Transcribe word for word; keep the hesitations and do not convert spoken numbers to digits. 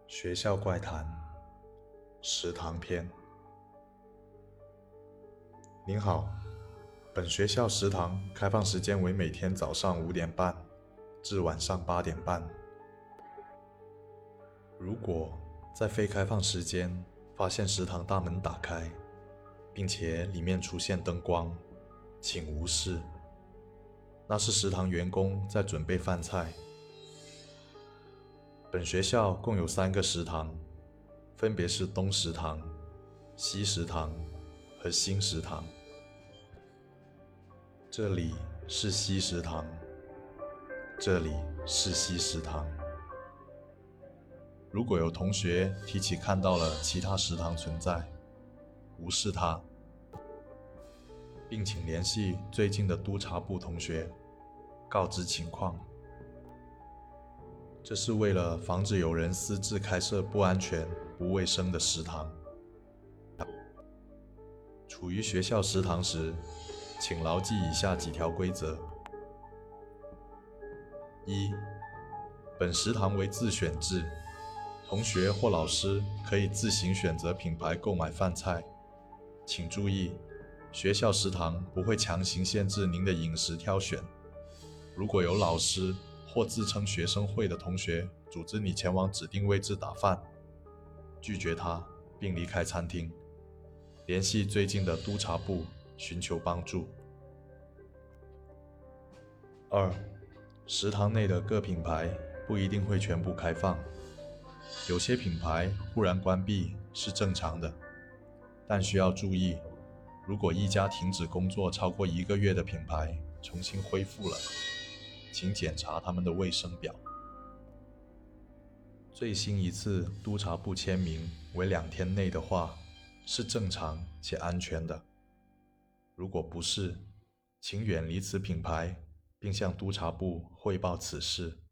学校怪谈食堂篇。您好，本学校食堂开放时间为每天早上五点半至晚上八点半。如果在非开放时间发现食堂大门打开，并且里面出现灯光，请无视，那是食堂员工在准备饭菜。本学校共有三个食堂，分别是东食堂、西食堂和新食堂。这里是西食堂，这里是西食堂。如果有同学提起看到了其他食堂存在，无视它，并请联系最近的督察部同学，告知情况。这是为了防止有人私自开设不安全、不卫生的食堂。处于学校食堂时，请牢记以下几条规则：一、本食堂为自选制，同学或老师可以自行选择品牌购买饭菜。请注意，学校食堂不会强行限制您的饮食挑选。如果有老师或自称学生会的同学组织你前往指定位置打饭，拒绝他并离开餐厅，联系最近的督察部寻求帮助。二、食堂内的各品牌不一定会全部开放，有些品牌忽然关闭是正常的，但需要注意，如果一家停止工作超过一个月的品牌重新恢复了，请检查他们的卫生表。最新一次督察部签名为两天内的话，是正常且安全的。如果不是，请远离此品牌，并向督察部汇报此事。